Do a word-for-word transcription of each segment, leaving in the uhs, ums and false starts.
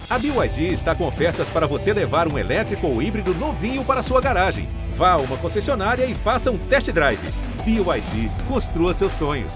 A B Y D está com ofertas para você levar um elétrico ou híbrido novinho para sua garagem. Vá a uma concessionária e faça um test drive. B Y D, construa seus sonhos.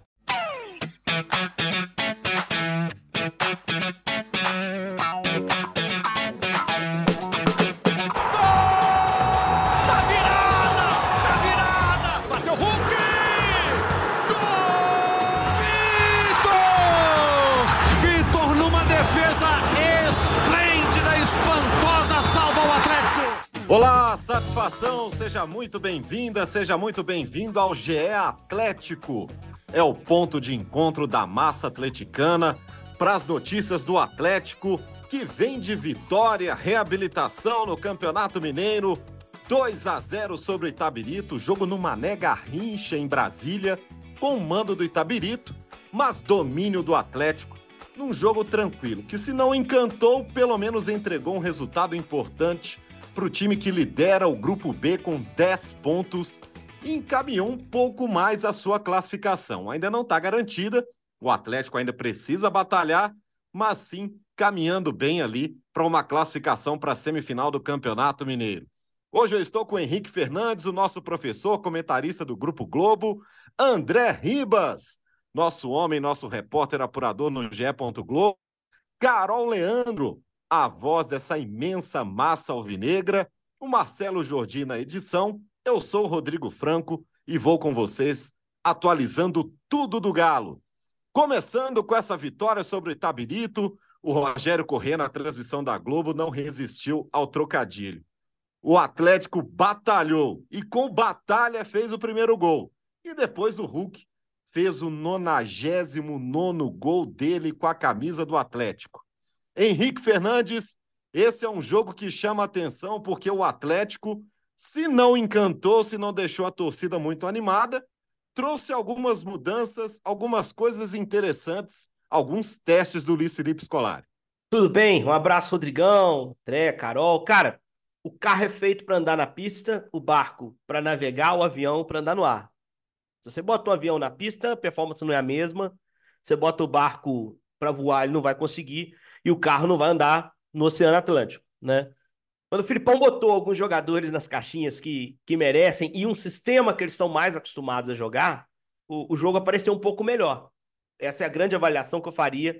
Olá, satisfação, seja muito bem-vinda, seja muito bem-vindo ao G E Atlético. É o ponto de encontro da massa atleticana para as notícias do Atlético, que vem de vitória, reabilitação no Campeonato Mineiro, dois a zero sobre o Itabirito, jogo no Mané Garrincha, em Brasília, com o mando do Itabirito, mas domínio do Atlético num jogo tranquilo, que se não encantou, pelo menos entregou um resultado importante para o time que lidera o Grupo B com dez pontos e encaminhou um pouco mais a sua classificação. Ainda não está garantida, o Atlético ainda precisa batalhar, mas sim caminhando bem ali para uma classificação para a semifinal do Campeonato Mineiro. Hoje eu estou com o Henrique Fernandes, o nosso professor, comentarista do Grupo Globo, André Ribas, nosso homem, nosso repórter apurador no G E. Globo, Carol Leandro, a voz dessa imensa massa alvinegra, o Marcelo Jordi na edição, eu sou o Rodrigo Franco e vou com vocês atualizando tudo do Galo. Começando com essa vitória sobre o Itabirito, o Rogério Corrêa na transmissão da Globo não resistiu ao trocadilho. O Atlético batalhou e com batalha fez o primeiro gol. E depois o Hulk fez o nonagésimo nono gol dele com a camisa do Atlético. Henrique Fernandes, esse é um jogo que chama atenção porque o Atlético, se não encantou, se não deixou a torcida muito animada, trouxe algumas mudanças, algumas coisas interessantes, alguns testes do Luiz Felipe Scolari. Tudo bem? Um abraço, Rodrigão, André, Carol. Cara, o carro é feito para andar na pista, o barco para navegar, o avião para andar no ar. Se você bota um avião na pista, a performance não é a mesma. Você bota o barco para voar, ele não vai conseguir. E o carro não vai andar no Oceano Atlântico, né? Quando o Filipão botou alguns jogadores nas caixinhas que, que merecem e um sistema que eles estão mais acostumados a jogar, o, o jogo apareceu um pouco melhor. Essa é a grande avaliação que eu faria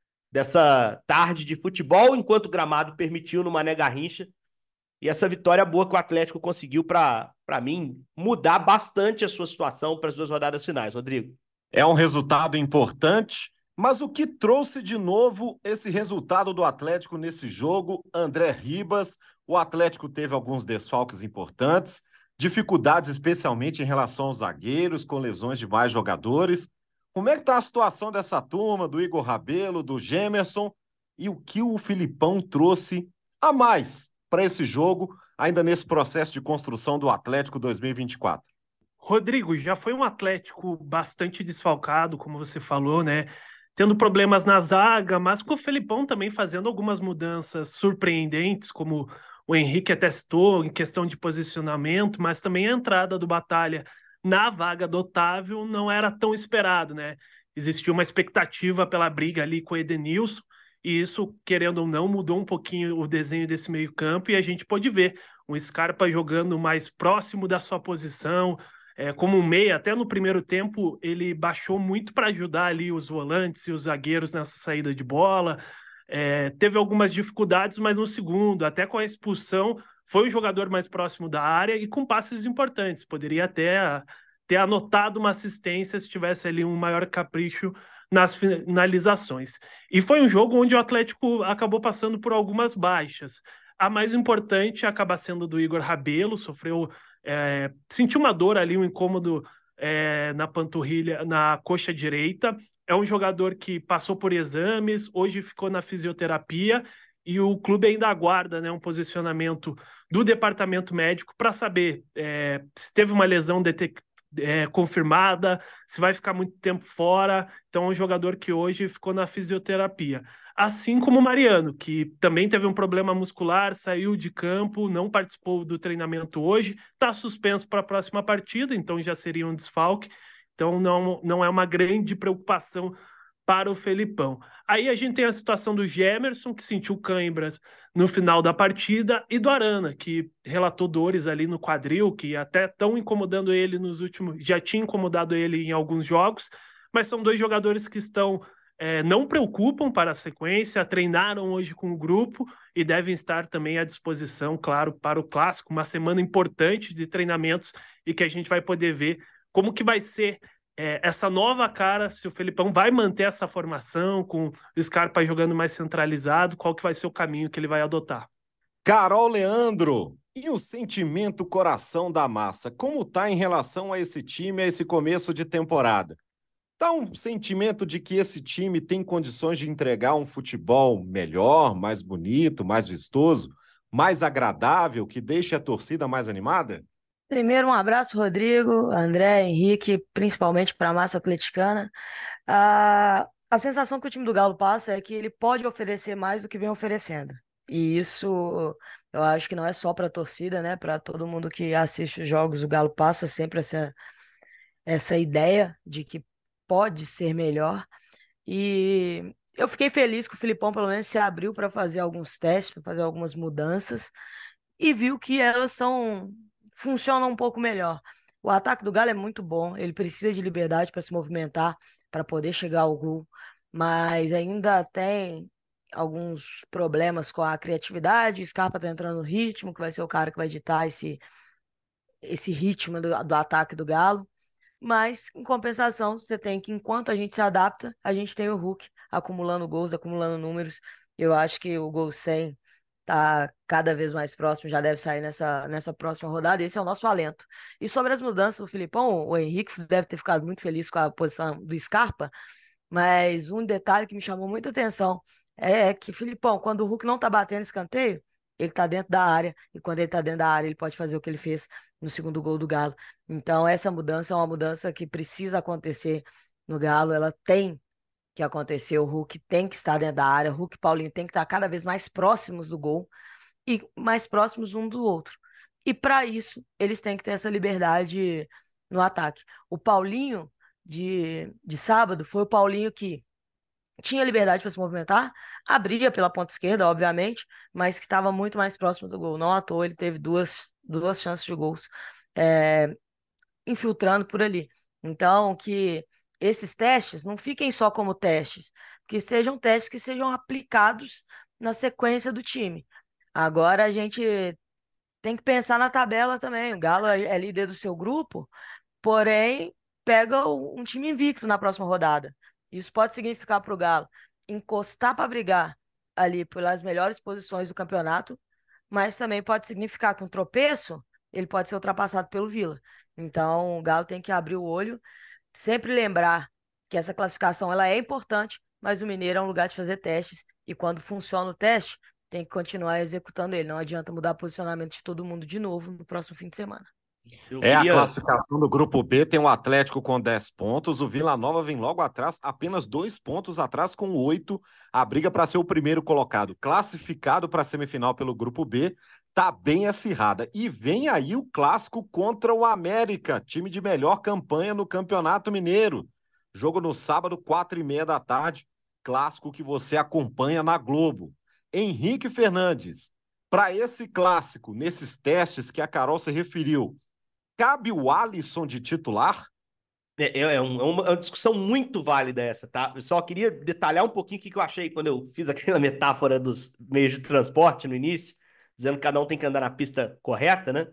dessa tarde de futebol, enquanto o gramado permitiu no Mané Garrincha. E essa vitória boa que o Atlético conseguiu, para para mim, mudar bastante a sua situação para as duas rodadas finais, Rodrigo. É um resultado importante. Mas o que trouxe de novo esse resultado do Atlético nesse jogo, André Ribas? O Atlético teve alguns desfalques importantes, dificuldades especialmente em relação aos zagueiros, com lesões de mais jogadores. Como é que está a situação dessa turma, do Igor Rabelo, do Gemerson, e o que o Filipão trouxe a mais para esse jogo, ainda nesse processo de construção do Atlético dois mil e vinte e quatro? Rodrigo, já foi um Atlético bastante desfalcado, como você falou, né? Tendo problemas na zaga, mas com o Felipão também fazendo algumas mudanças surpreendentes, como o Henrique até citou, em questão de posicionamento, mas também a entrada do Batalha na vaga do Otávio não era tão esperado, né? Existia uma expectativa pela briga ali com o Edenilson, e isso, querendo ou não, mudou um pouquinho o desenho desse meio-campo, e a gente pôde ver um Scarpa jogando mais próximo da sua posição, É, como um meia. Até no primeiro tempo ele baixou muito para ajudar ali os volantes e os zagueiros nessa saída de bola, é, teve algumas dificuldades, mas no segundo, até com a expulsão, foi o jogador mais próximo da área e com passes importantes, poderia até ter anotado uma assistência se tivesse ali um maior capricho nas finalizações. E foi um jogo onde o Atlético acabou passando por algumas baixas. A mais importante acaba sendo do Igor Rabelo, sofreu É, senti uma dor ali, um incômodo é, na panturrilha, na coxa direita. É um jogador que passou por exames, hoje ficou na fisioterapia e o clube ainda aguarda, né, um posicionamento do departamento médico para saber é, se teve uma lesão detec- é, confirmada, se vai ficar muito tempo fora. Então é um jogador que hoje ficou na fisioterapia. Assim como o Mariano, que também teve um problema muscular, saiu de campo, não participou do treinamento hoje, está suspenso para a próxima partida, então já seria um desfalque. Então não, não é uma grande preocupação para o Felipão. Aí a gente tem a situação do Gemerson, que sentiu cãibras no final da partida, e do Arana, que relatou dores ali no quadril, que até estão incomodando ele nos últimos... Já tinha incomodado ele em alguns jogos, mas são dois jogadores que estão... É, não preocupam para a sequência, treinaram hoje com o grupo e devem estar também à disposição, claro, para o Clássico, uma semana importante de treinamentos e que a gente vai poder ver como que vai ser é, essa nova cara, se o Felipão vai manter essa formação com o Scarpa jogando mais centralizado, qual que vai ser o caminho que ele vai adotar. Carol Leandro, e o sentimento, o coração da massa, como tá em relação a esse time, a esse começo de temporada? Tá um sentimento de que esse time tem condições de entregar um futebol melhor, mais bonito, mais vistoso, mais agradável, que deixe a torcida mais animada? Primeiro, um abraço, Rodrigo, André, Henrique, principalmente para a massa atleticana. A, a sensação que o time do Galo passa é que ele pode oferecer mais do que vem oferecendo. E isso eu acho que não é só para a torcida, né? Para todo mundo que assiste os jogos, o Galo passa sempre essa, essa ideia de que pode ser melhor. E eu fiquei feliz que o Filipão pelo menos se abriu para fazer alguns testes, para fazer algumas mudanças e viu que elas são funcionam um pouco melhor. O ataque do Galo é muito bom, ele precisa de liberdade para se movimentar, para poder chegar ao gol, mas ainda tem alguns problemas com a criatividade. O Scarpa está entrando no ritmo, que vai ser o cara que vai ditar esse, esse ritmo do, do ataque do Galo. Mas, em compensação, você tem que, enquanto a gente se adapta, a gente tem o Hulk acumulando gols, acumulando números. Eu acho que o gol cem tá cada vez mais próximo, já deve sair nessa, nessa próxima rodada. Esse é o nosso alento. E sobre as mudanças do Filipão, o Henrique deve ter ficado muito feliz com a posição do Scarpa, mas um detalhe que me chamou muita atenção é que, Filipão, quando o Hulk não tá batendo escanteio, ele tá dentro da área, e quando ele tá dentro da área, ele pode fazer o que ele fez no segundo gol do Galo. Então, essa mudança é uma mudança que precisa acontecer no Galo, ela tem que acontecer, o Hulk tem que estar dentro da área, o Hulk e Paulinho tem que estar cada vez mais próximos do gol e mais próximos um do outro. E para isso, eles têm que ter essa liberdade no ataque. O Paulinho de, de sábado foi o Paulinho que tinha liberdade para se movimentar, abria pela ponta esquerda, obviamente, mas que estava muito mais próximo do gol. Não à toa, ele teve duas, duas chances de gols é, infiltrando por ali. Então, que esses testes não fiquem só como testes, que sejam testes que sejam aplicados na sequência do time. Agora a gente tem que pensar na tabela também. O Galo é líder do seu grupo, porém pega um time invicto na próxima rodada. Isso pode significar para o Galo encostar para brigar ali pelas melhores posições do campeonato, mas também pode significar que um tropeço ele pode ser ultrapassado pelo Vila. Então o Galo tem que abrir o olho, sempre lembrar que essa classificação ela é importante, mas o Mineiro é um lugar de fazer testes e quando funciona o teste, tem que continuar executando ele. Não adianta mudar o posicionamento de todo mundo de novo no próximo fim de semana. Eu é queria... a classificação do Grupo B, tem o Atlético com dez pontos, o Vila Nova vem logo atrás, apenas dois pontos atrás com oito, a briga para ser o primeiro colocado, classificado para a semifinal pelo Grupo B, tá bem acirrada. E vem aí o clássico contra o América, time de melhor campanha no Campeonato Mineiro. Jogo no sábado, quatro e meia da tarde, clássico que você acompanha na Globo. Henrique Fernandes, para esse clássico, nesses testes que a Carol se referiu, cabe o Alisson de titular? É, é, um, é uma discussão muito válida essa, tá? Eu só queria detalhar um pouquinho o que eu achei quando eu fiz aquela metáfora dos meios de transporte no início, dizendo que cada um tem que andar na pista correta, né?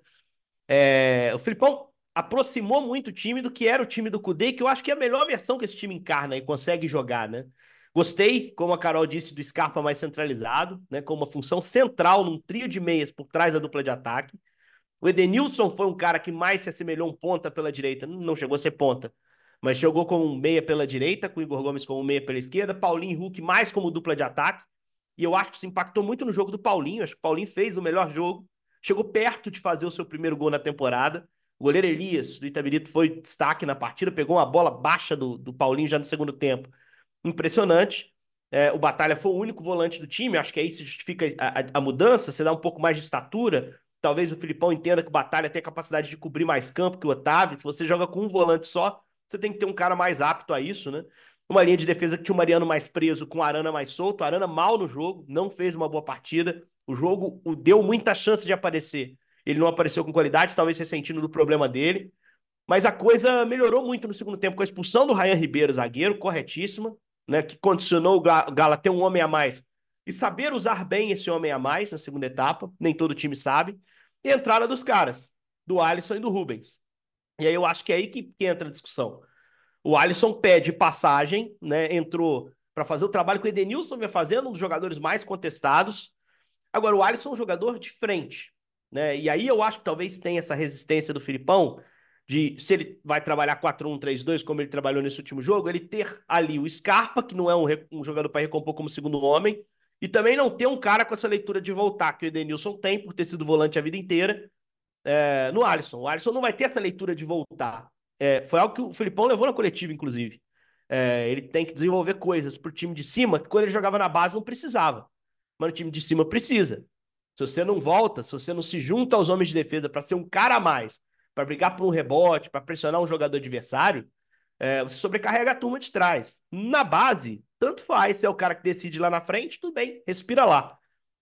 É, o Filipão aproximou muito o time do que era o time do Kudê, que eu acho que é a melhor versão que esse time encarna e consegue jogar, né? Gostei, como a Carol disse, do Scarpa mais centralizado, né? Com uma função central num trio de meias por trás da dupla de ataque. O Edenilson foi um cara que mais se assemelhou um ponta pela direita. Não chegou a ser ponta, mas jogou como um meia pela direita, com o Igor Gomes como um meia pela esquerda, Paulinho e Hulk mais como dupla de ataque. E eu acho que isso impactou muito no jogo do Paulinho. Acho que o Paulinho fez o melhor jogo. Chegou perto de fazer o seu primeiro gol na temporada. O goleiro Elias, do Itabirito, foi destaque na partida. Pegou uma bola baixa do, do Paulinho já no segundo tempo. Impressionante. É, o Batalha foi o único volante do time. Acho que aí se justifica a, a, a mudança. Você dá um pouco mais de estatura. Talvez o Filipão entenda que o Batalha tem a capacidade de cobrir mais campo que o Otávio. Se você joga com um volante só, você tem que ter um cara mais apto a isso, né? uma linha de defesa que tinha o Mariano mais preso, com o Arana mais solto. O Arana mal no jogo, não fez uma boa partida. O jogo o deu muita chance de aparecer. Ele não apareceu com qualidade, talvez ressentindo do problema dele. Mas a coisa melhorou muito no segundo tempo, com a expulsão do Ryan Ribeiro, zagueiro, corretíssima, né, que condicionou o Galo a ter um homem a mais e saber usar bem esse homem a mais na segunda etapa, nem todo time sabe, e a entrada dos caras, do Alisson e do Rubens. E aí eu acho que é aí que, que entra a discussão. O Alisson pede passagem, né, entrou para fazer o trabalho que o Edenilson vinha fazendo, um dos jogadores mais contestados. Agora, o Alisson é um jogador de frente, né, e aí eu acho que talvez tenha essa resistência do Filipão, de se ele vai trabalhar quatro um três dois, como ele trabalhou nesse último jogo, ele ter ali o Scarpa, que não é um, um jogador para recompor como segundo homem, e também não ter um cara com essa leitura de voltar, que o Edenilson tem, por ter sido volante a vida inteira, é, no Alisson. O Alisson não vai ter essa leitura de voltar. É, foi algo que o Filipão levou na coletiva, inclusive. É, ele tem que desenvolver coisas pro time de cima, que quando ele jogava na base não precisava. Mas no time de cima precisa. Se você não volta, se você não se junta aos homens de defesa para ser um cara a mais, para brigar por um rebote, para pressionar um jogador adversário, é, você sobrecarrega a turma de trás. Na base, tanto faz. Se é o cara que decide lá na frente, tudo bem, respira lá.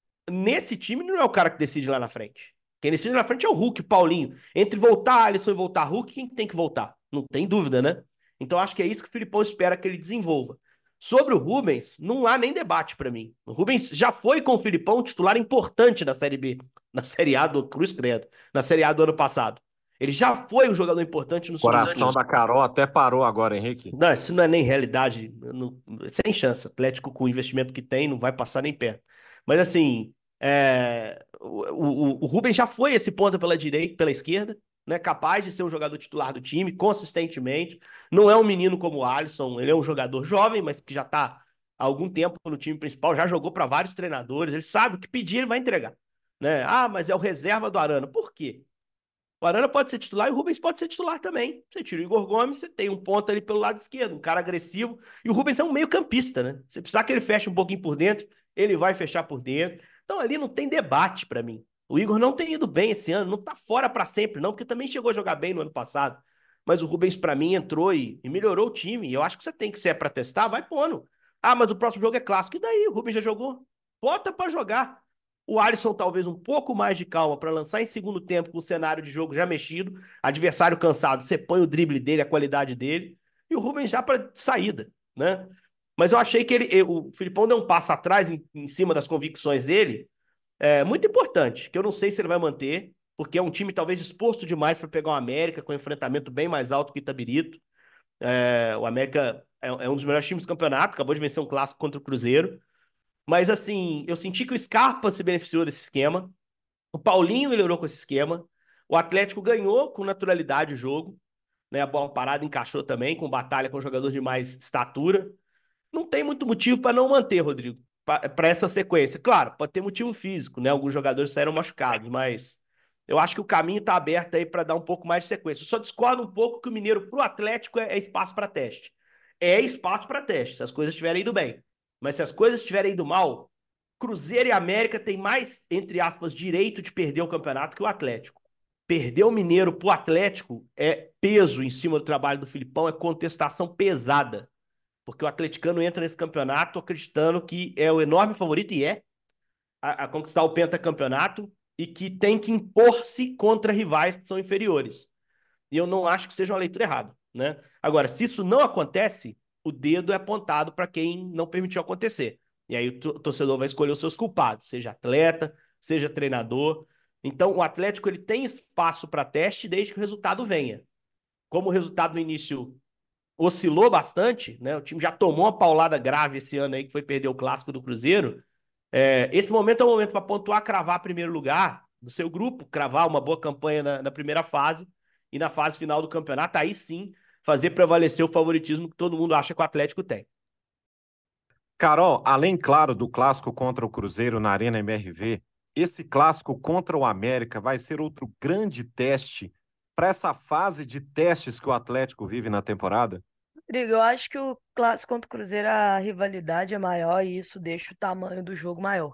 Nesse time, não é o cara que decide lá na frente. Quem decide lá na frente é o Hulk, o Paulinho. Entre voltar Alisson e voltar Hulk, quem tem que voltar? Não tem dúvida, né? Então, acho que é isso que o Filipão espera que ele desenvolva. Sobre o Rubens, não há nem debate para mim. O Rubens já foi com o Filipão titular importante na Série B, na Série A do Cruz Credo, na Série A do ano passado. Ele já foi um jogador importante no segundo tempo. O coração da Carol até parou agora, Henrique. Não, isso não é nem realidade. Não, sem chance. O Atlético, com o investimento que tem, não vai passar nem perto. Mas, assim, é, o, o, o Rubens já foi esse ponta pela direita, pela esquerda, né, capaz de ser um jogador titular do time, consistentemente. Não é um menino como o Alisson, ele é um jogador jovem, mas que já está há algum tempo no time principal, já jogou para vários treinadores, ele sabe o que pedir, ele vai entregar. Né? Ah, mas é o reserva do Arana. Por quê? O Arana pode ser titular e o Rubens pode ser titular também. Você tira o Igor Gomes, você tem um ponta ali pelo lado esquerdo, um cara agressivo. E o Rubens é um meio campista, né? Se precisar que ele feche um pouquinho por dentro, ele vai fechar por dentro. Então ali não tem debate para mim. O Igor não tem ido bem esse ano, não tá fora para sempre não, porque também chegou a jogar bem no ano passado. Mas o Rubens para mim entrou e, e melhorou o time. E eu acho que você tem que, se é para testar, vai pondo. Ah, mas o próximo jogo é clássico. E daí? O Rubens já jogou? Bota para jogar. O Alisson talvez um pouco mais de calma para lançar em segundo tempo com o cenário de jogo já mexido, adversário cansado, você põe o drible dele, a qualidade dele, e o Rubens já para saída, né? Mas eu achei que ele, o Filipão deu um passo atrás em, em cima das convicções dele, é, muito importante, que eu não sei se ele vai manter, porque é um time talvez exposto demais para pegar o América, com um enfrentamento bem mais alto que o Itabirito. É, o América é, é um dos melhores times do campeonato, acabou de vencer um clássico contra o Cruzeiro. Mas, assim, eu senti que o Scarpa se beneficiou desse esquema. O Paulinho melhorou com esse esquema. O Atlético ganhou com naturalidade o jogo. Né? A bola parada encaixou também, com batalha com um jogador de mais estatura. Não tem muito motivo para não manter, Rodrigo, para essa sequência. Claro, pode ter motivo físico, né? Alguns jogadores saíram machucados, mas eu acho que o caminho está aberto aí para dar um pouco mais de sequência. Eu só discordo um pouco que o Mineiro, para o Atlético, é espaço para teste. É espaço para teste, se as coisas estiverem indo bem. Mas se as coisas estiverem indo mal, Cruzeiro e América têm mais, entre aspas, direito de perder o campeonato que o Atlético. Perder o Mineiro pro Atlético é peso em cima do trabalho do Filipão, é contestação pesada. Porque o atleticano entra nesse campeonato acreditando que é o enorme favorito, e é, a, a conquistar o pentacampeonato, e que tem que impor-se contra rivais que são inferiores. E eu não acho que seja uma leitura errada. Né? Agora, se isso não acontece, o dedo é apontado para quem não permitiu acontecer. E aí o torcedor vai escolher os seus culpados, seja atleta, seja treinador. Então, o Atlético ele tem espaço para teste desde que o resultado venha. Como o resultado no início oscilou bastante, né? O time já tomou uma paulada grave esse ano aí, que foi perder o clássico do Cruzeiro. É, esse momento é o momento para pontuar, cravar primeiro lugar do seu grupo, cravar uma boa campanha na, na primeira fase, e na fase final do campeonato, aí sim, fazer prevalecer o favoritismo que todo mundo acha que o Atlético tem. Carol, além, claro, do clássico contra o Cruzeiro na Arena M R V, esse clássico contra o América vai ser outro grande teste para essa fase de testes que o Atlético vive na temporada? Rodrigo, eu acho que o clássico contra o Cruzeiro, a rivalidade é maior e isso deixa o tamanho do jogo maior.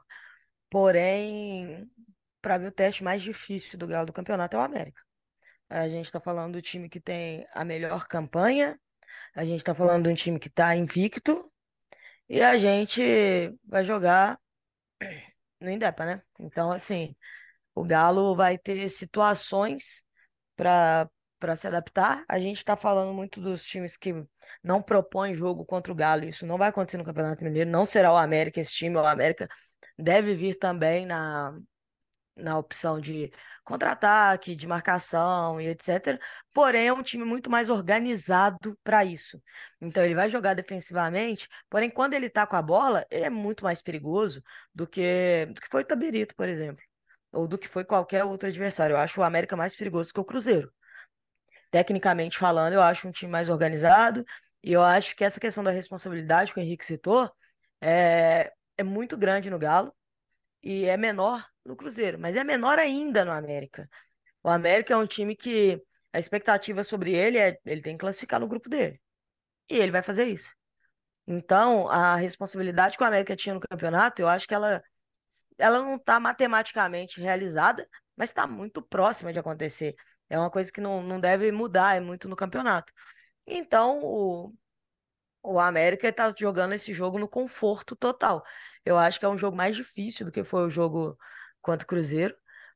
Porém, para mim, o teste mais difícil do Galo do campeonato é o América. A gente está falando do time que tem a melhor campanha, A gente tá falando de um time que tá invicto e a gente vai jogar no Indepa, né? Então, assim, o Galo vai ter situações para para se adaptar. A gente está falando muito dos times que não propõem jogo contra o Galo. Isso não vai acontecer no Campeonato Mineiro. Não será o América esse time. O América deve vir também na, na opção de contra-ataque, de marcação e etcétera. Porém, é um time muito mais organizado para isso. Então, ele vai jogar defensivamente, porém, quando ele tá com a bola, ele é muito mais perigoso do que, do que foi o Tabirito, por exemplo. Ou do que foi qualquer outro adversário. Eu acho o América mais perigoso que o Cruzeiro. Tecnicamente falando, eu acho um time mais organizado. E eu acho que essa questão da responsabilidade que o Henrique citou é, é muito grande no Galo e é menor no Cruzeiro, mas é menor ainda no América. O América é um time que a expectativa sobre ele é ele tem que classificar no grupo dele. E ele vai fazer isso. Então, a responsabilidade que o América tinha no campeonato, eu acho que ela, ela não está matematicamente realizada, mas está muito próxima de acontecer. É uma coisa que não, não deve mudar, é muito no campeonato. Então, o, o América está jogando esse jogo no conforto total. Eu acho que é um jogo mais difícil do que foi o jogo contra o Cruzeiro,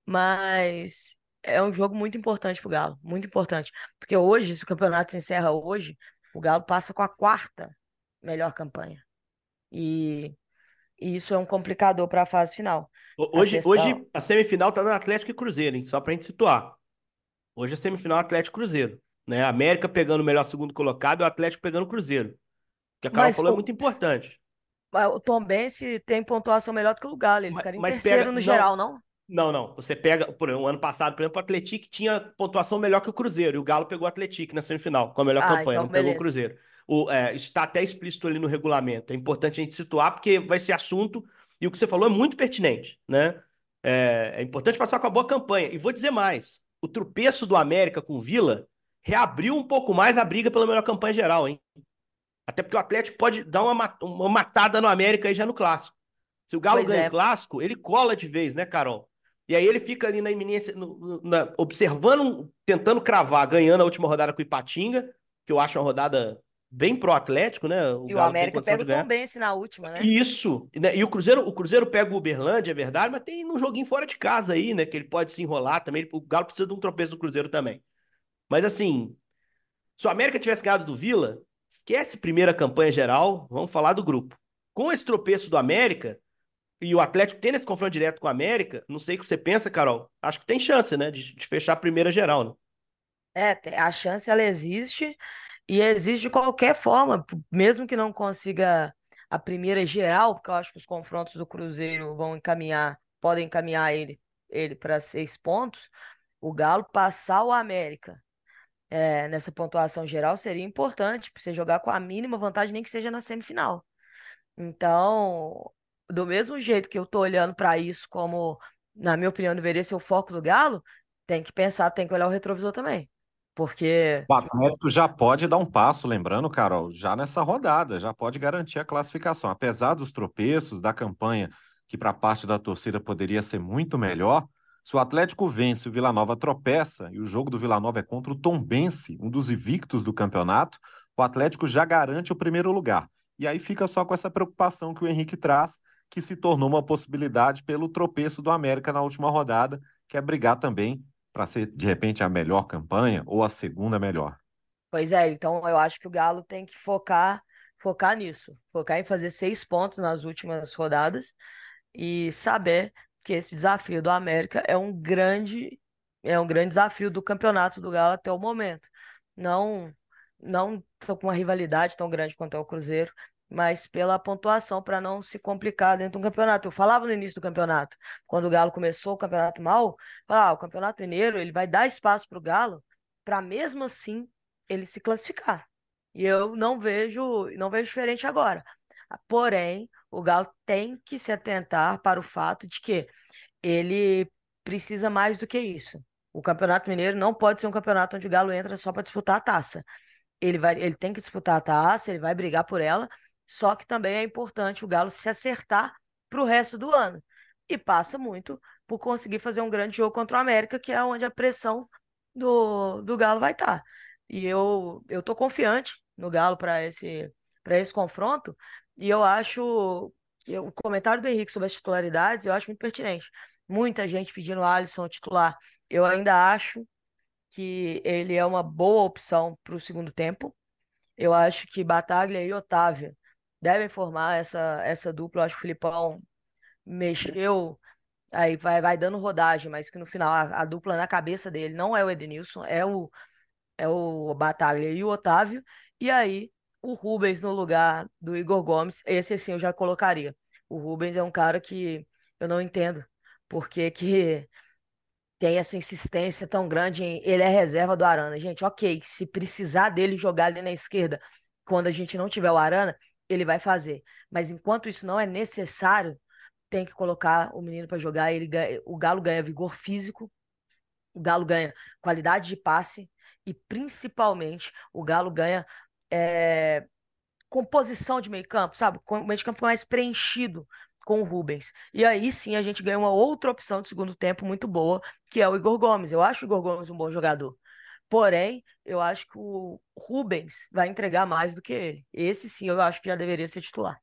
mas é um jogo muito importante para o Galo, muito importante. Porque hoje, se o campeonato se encerra hoje, o Galo passa com a quarta melhor campanha. E, e isso é um complicador para a fase final. Ho- A Hoje, questão. hoje a semifinal tá no Atlético e Cruzeiro, hein? Só pra gente situar. Hoje a semifinal é Atlético e Cruzeiro, né? A América pegando o melhor segundo colocado e o Atlético pegando o Cruzeiro. O que a Carol Mas falou é o, muito importante. o Tombense tem pontuação melhor do que o Galo. Ele Mas, ficaria em mas pega. terceiro no Não, geral, não? não, não. Você pega. Por exemplo, o ano passado, por exemplo, o Atlético tinha pontuação melhor que o Cruzeiro. E o Galo pegou o Atlético na semifinal, com a melhor Ah, campanha, então não pegou o beleza. Cruzeiro. O, é, está até explícito ali no regulamento. É importante a gente situar, porque vai ser assunto. E o que você falou é muito pertinente, né? É, é importante passar com a boa campanha. E vou dizer mais: o tropeço do América com o Vila reabriu um pouco mais a briga pela melhor campanha geral, hein? Até porque o Atlético pode dar uma, ma- uma matada no América aí já no clássico. Se o Galo Pois ganha o é. clássico, ele cola de vez, né, Carol? E aí ele fica ali na iminência, no- no- na- observando, tentando cravar, ganhando a última rodada com o Ipatinga, que eu acho uma rodada bem pro Atlético, né? O E o Galo tem América condição pega de o ganhar. Tombense na última, né? Isso, né? E o Cruzeiro, o Cruzeiro pega o Uberlândia, é verdade, mas tem um joguinho fora de casa aí, né? Que ele pode se enrolar também. O Galo precisa de um tropeço do Cruzeiro também. Mas assim, se o América tivesse ganhado do Vila, esquece primeira campanha geral, vamos falar do grupo. Com esse tropeço do América e o Atlético tendo esse confronto direto com o América, não sei o que você pensa, Carol. Acho que tem chance, né, de, de fechar a primeira geral, né? É, te- a chance ela existe e existe de qualquer forma, p- mesmo que não consiga a primeira geral, porque eu acho que os confrontos do Cruzeiro vão encaminhar, podem encaminhar ele, ele para seis pontos. O Galo passar o América é, nessa pontuação geral seria importante para você jogar com a mínima vantagem, nem que seja na semifinal. Então, do mesmo jeito que eu tô olhando para isso como, na minha opinião, deveria ser o foco do Galo, tem que pensar, tem que olhar o retrovisor também. Porque, O Atlético já pode dar um passo, lembrando, Carol, já nessa rodada, já pode garantir a classificação. Apesar dos tropeços da campanha, que para parte da torcida poderia ser muito melhor, se o Atlético vence, o Vila Nova tropeça, e o jogo do Vila Nova é contra o Tombense, um dos invictos do campeonato, o Atlético já garante o primeiro lugar. E aí fica só com essa preocupação que o Henrique traz, que se tornou uma possibilidade pelo tropeço do América na última rodada, que é brigar também para ser, de repente, a melhor campanha ou a segunda melhor. pois é, então eu acho que o Galo tem que focar, focar nisso, focar em fazer seis pontos nas últimas rodadas e saber que esse desafio do América é um grande, é um grande desafio do campeonato do Galo até o momento. Não, não tô com uma rivalidade tão grande quanto é o Cruzeiro, mas pela pontuação para não se complicar dentro do campeonato. Eu falava no início do campeonato, quando o Galo começou o campeonato mal, falava, ah, o Campeonato Mineiro ele vai dar espaço para o Galo para mesmo assim ele se classificar. E eu não vejo, não vejo diferente agora. Porém, o Galo tem que se atentar para o fato de que ele precisa mais do que isso. O Campeonato Mineiro não pode ser um campeonato onde o Galo entra só para disputar a taça. Ele vai, ele tem que disputar a taça, ele vai brigar por ela, só que também é importante o Galo se acertar para o resto do ano. E passa muito por conseguir fazer um grande jogo contra o América, que é onde a pressão do, do Galo vai estar. E eu, eu tô confiante no Galo para esse, para esse confronto. E eu acho que o comentário do Henrique sobre as titularidades eu acho muito pertinente. Muita gente pedindo o Alisson titular. Eu ainda acho que ele é uma boa opção para o segundo tempo. Eu acho que Bataglia e Otávio devem formar essa, essa dupla. Eu acho que o Filipão mexeu, aí vai, vai dando rodagem, mas que no final a, a dupla na cabeça dele não é o Edenilson, é o, é o Bataglia e o Otávio. E aí o Rubens no lugar do Igor Gomes, esse assim eu já colocaria. O Rubens é um cara que eu não entendo porque que tem essa insistência tão grande em ele é reserva do Arana. Gente, ok, se precisar dele jogar ali na esquerda, quando a gente não tiver o Arana, ele vai fazer. Mas enquanto isso não é necessário, tem que colocar o menino para jogar. Ele ganha- o Galo ganha vigor físico, o Galo ganha qualidade de passe e principalmente o Galo ganha é, composição de meio campo, sabe? Com o meio de campo mais preenchido com o Rubens. E aí sim a gente ganha uma outra opção de segundo tempo muito boa, que é o Igor Gomes. Eu acho o Igor Gomes um bom jogador. Porém, eu acho que o Rubens vai entregar mais do que ele. Esse sim eu acho que já deveria ser titular.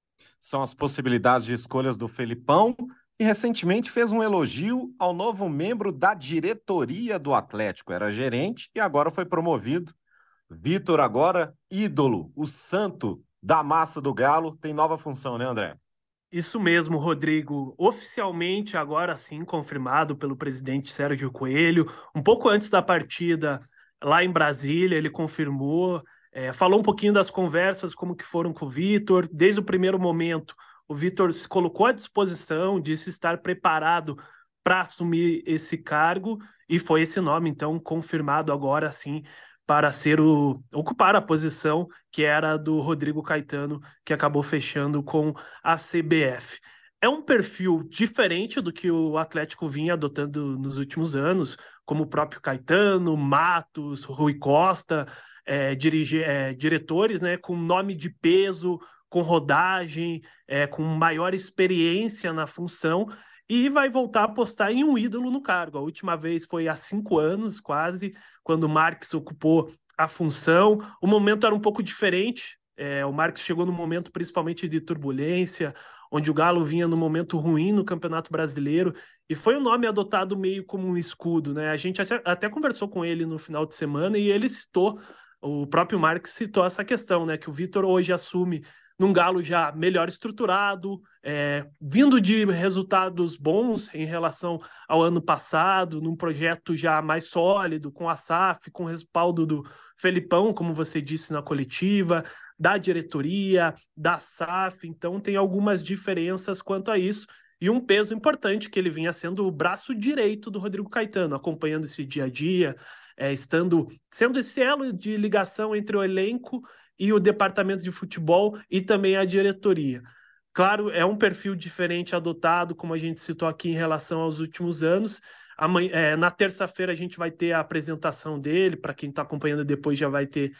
São as possibilidades de escolhas do Felipão e recentemente fez um elogio ao novo membro da diretoria do Atlético. Era gerente e agora foi promovido. Vitor agora, ídolo, o santo da massa do Galo, tem nova função, né, André? Isso mesmo, Rodrigo. Oficialmente, agora sim, confirmado pelo presidente Sérgio Coelho. Um pouco antes da partida, lá em Brasília, ele confirmou, é, falou um pouquinho das conversas, como que foram com o Vitor. Desde o primeiro momento, o Vitor se colocou à disposição, disse estar preparado para assumir esse cargo, e foi esse nome, então, confirmado agora sim, para ser o ocupar a posição que era do Rodrigo Caetano, que acabou fechando com a C B F. É um perfil diferente do que o Atlético vinha adotando nos últimos anos, como o próprio Caetano, Matos, Rui Costa, é, dirige, é, diretores, né, com nome de peso, com rodagem, é, com maior experiência na função, e vai voltar a apostar em um ídolo no cargo. A última vez foi há cinco anos, quase, quando o Marques ocupou a função. O momento era um pouco diferente. É, o Marques chegou no momento principalmente de turbulência, onde o Galo vinha num momento ruim no Campeonato Brasileiro, e foi um nome adotado meio como um escudo, né? A gente até conversou com ele no final de semana e ele citou, o próprio Marques citou essa questão, né? Que o Vitor hoje assume num Galo já melhor estruturado, é, vindo de resultados bons em relação ao ano passado, num projeto já mais sólido, com a S A F, com o respaldo do Felipão, como você disse na coletiva, da diretoria, da S A F, então tem algumas diferenças quanto a isso, e um peso importante que ele vinha sendo o braço direito do Rodrigo Caetano, acompanhando esse dia a dia, é, estando, sendo esse elo de ligação entre o elenco e o departamento de futebol e também a diretoria. Claro, é um perfil diferente adotado, como a gente citou aqui em relação aos últimos anos. Amanhã, é, na terça-feira a gente vai ter a apresentação dele, para quem está acompanhando depois já vai ter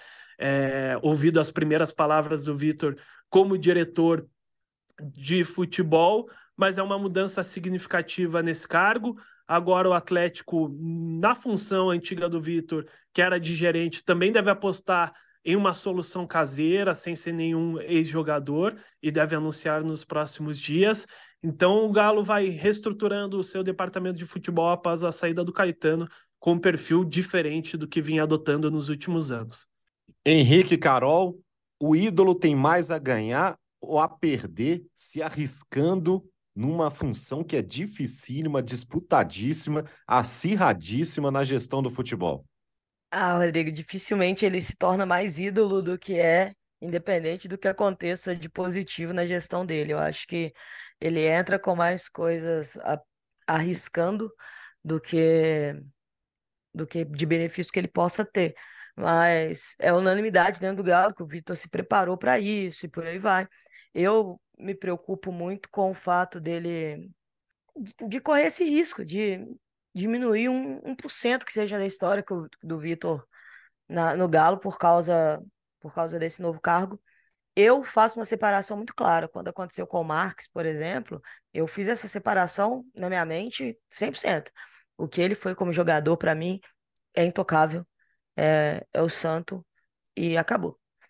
é, ouvido as primeiras palavras do Vitor como diretor de futebol, mas é uma mudança significativa nesse cargo. Agora o Atlético, na função antiga do Vitor, que era de gerente, também deve apostar em uma solução caseira, sem ser nenhum ex-jogador, e deve anunciar nos próximos dias. Então o Galo vai reestruturando o seu departamento de futebol após a saída do Caetano, com um perfil diferente do que vinha adotando nos últimos anos. Henrique e Carol, o ídolo tem mais a ganhar ou a perder se arriscando numa função que é dificílima, disputadíssima, acirradíssima na gestão do futebol? Ah, Rodrigo, dificilmente ele se torna mais ídolo do que é, independente do que aconteça de positivo na gestão dele. Eu acho que ele entra com mais coisas a- arriscando do que do que de benefício que ele possa ter. Mas é unanimidade dentro do Galo que o Vitor se preparou para isso e por aí vai. Eu me preocupo muito com o fato dele de correr esse risco, de diminuir um, um por cento que seja da história que o- do Vitor na- no Galo por causa, por causa desse novo cargo. Eu faço uma separação muito clara. Quando aconteceu com o Marques, por exemplo, eu fiz essa separação na minha mente cem por cento. O que ele foi como jogador, para mim, é intocável, é, é o santo e acabou.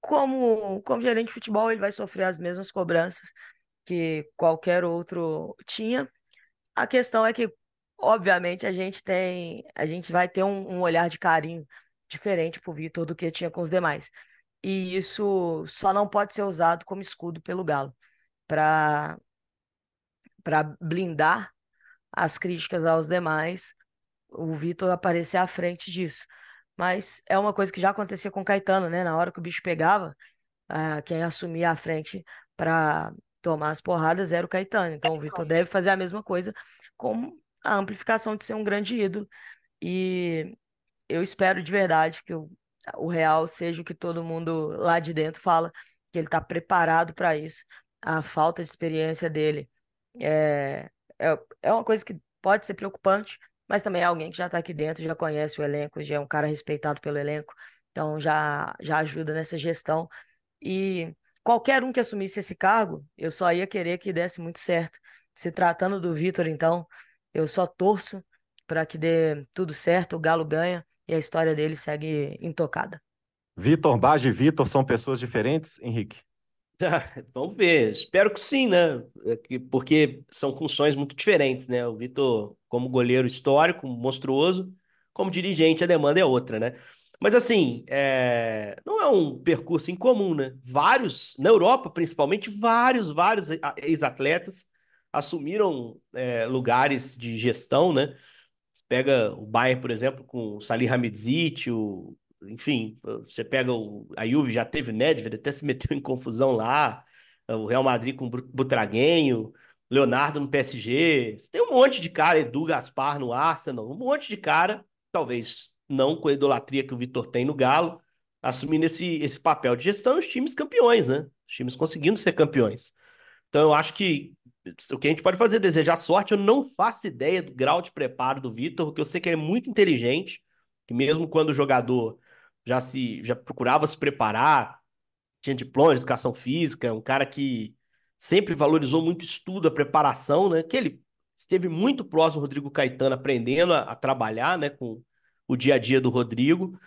como, como gerente de futebol, ele vai sofrer as mesmas cobranças que qualquer outro tinha. A questão é que, obviamente, a gente tem, a gente vai ter um, um olhar de carinho diferente pro Vitor do que tinha com os demais. E isso só não pode ser usado como escudo pelo Galo, para para blindar as críticas aos demais, o Vitor aparecer à frente disso. Mas é uma coisa que já acontecia com o Caetano, né? Na hora que o bicho pegava, ah, quem assumia a frente para tomar as porradas era o Caetano. Então o Vitor deve fazer a mesma coisa com a amplificação de ser um grande ídolo. E eu espero de verdade que o, o Real seja o que todo mundo lá de dentro fala, que ele está preparado para isso. A falta de experiência dele é, é, é uma coisa que pode ser preocupante, mas também é alguém que já está aqui dentro, já conhece o elenco, já é um cara respeitado pelo elenco, então já, já ajuda nessa gestão. E qualquer um que assumisse esse cargo, eu só ia querer que desse muito certo. Se tratando do Vitor, então, eu só torço para que dê tudo certo, o Galo ganha e a história dele segue intocada. Vitor Bage e Vitor são pessoas diferentes, Henrique? Vamos ver, espero que sim, né? É que- Porque são funções muito diferentes, né? O Vitor, como goleiro histórico, monstruoso, como dirigente, a demanda é outra, né? Mas assim, é, não é um percurso incomum, né? Vários, na Europa principalmente, vários, vários a- ex-atletas assumiram é, lugares de gestão, né? Você pega o Bayern, por exemplo, com o Salihamidzic, o enfim, você pega o a Juve, já teve Nedved, até se meteu em confusão lá, o Real Madrid com o Bru- Butragueño, Leonardo no P S G, você tem um monte de cara, Edu Gaspar no Arsenal, um monte de cara, talvez não com a idolatria que o Vitor tem no Galo, assumindo esse, esse papel de gestão dos times campeões, né? Os times conseguindo ser campeões. Então eu acho que o que a gente pode fazer é desejar sorte. Eu não faço ideia do grau de preparo do Vitor, porque eu sei que ele é muito inteligente, que mesmo quando o jogador já se já procurava se preparar, tinha diploma de educação física, um cara que sempre valorizou muito o estudo, a preparação, né? Que ele esteve muito próximo do Rodrigo Caetano, aprendendo a, a trabalhar, né, com o dia a dia do Rodrigo.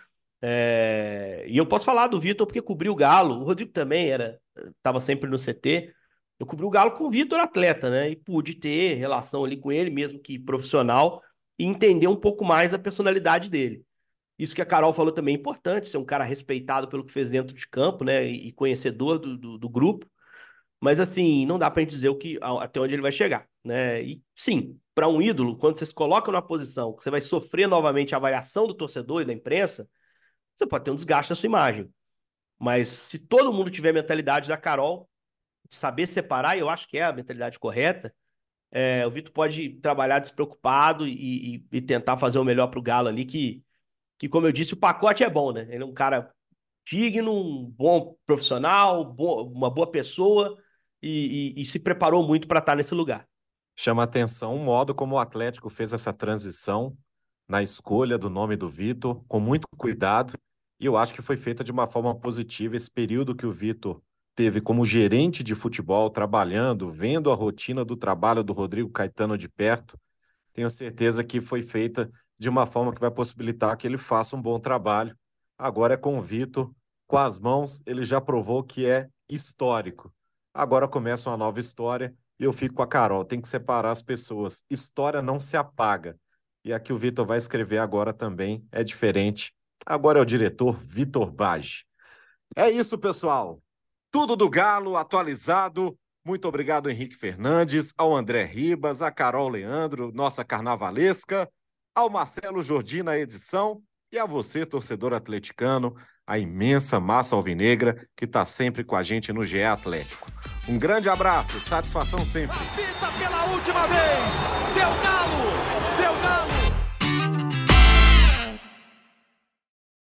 É, E eu posso falar do Vitor porque cobriu o Galo. O Rodrigo também era, estava sempre no C T. Eu cobri o Galo com o Vitor atleta, né? E pude ter relação ali com ele, mesmo que profissional, e entender um pouco mais a personalidade dele. Isso que a Carol falou também é importante, ser um cara respeitado pelo que fez dentro de campo, né? E conhecedor do, do, do grupo. Mas assim, não dá pra gente dizer o que, até onde ele vai chegar, né? E sim, para um ídolo, quando você se coloca numa posição que você vai sofrer novamente a avaliação do torcedor e da imprensa, você pode ter um desgaste na sua imagem. Mas se todo mundo tiver a mentalidade da Carol, de saber separar, e eu acho que é a mentalidade correta, é, o Vitor pode trabalhar despreocupado e, e, e tentar fazer o melhor pro Galo ali, que, que, como eu disse, o pacote é bom, né? Ele é um cara digno, um bom profissional, bo uma boa pessoa e, e, e se preparou muito para estar nesse lugar. Chama atenção o modo como o Atlético fez essa transição na escolha do nome do Vitor, com muito cuidado, e eu acho que foi feita de uma forma positiva. Esse período que o Vitor teve como gerente de futebol, trabalhando, vendo a rotina do trabalho do Rodrigo Caetano de perto, tenho certeza que foi feita de uma forma que vai possibilitar que ele faça um bom trabalho. Agora é com o Vitor, com as mãos, ele já provou que é histórico. Agora começa uma nova história e eu fico com a Carol, tem que separar as pessoas. História não se apaga. E a que o Vitor vai escrever agora também é diferente. Agora é o diretor Vitor Bage. É isso, pessoal. Tudo do Galo atualizado. Muito obrigado, Henrique Fernandes, ao André Ribas, a Carol Leandro, nossa carnavalesca, ao Marcelo Jordi na edição e a você, torcedor atleticano, a imensa massa alvinegra que está sempre com a gente no G E Atlético. Um grande abraço, satisfação sempre. Apita pela última vez.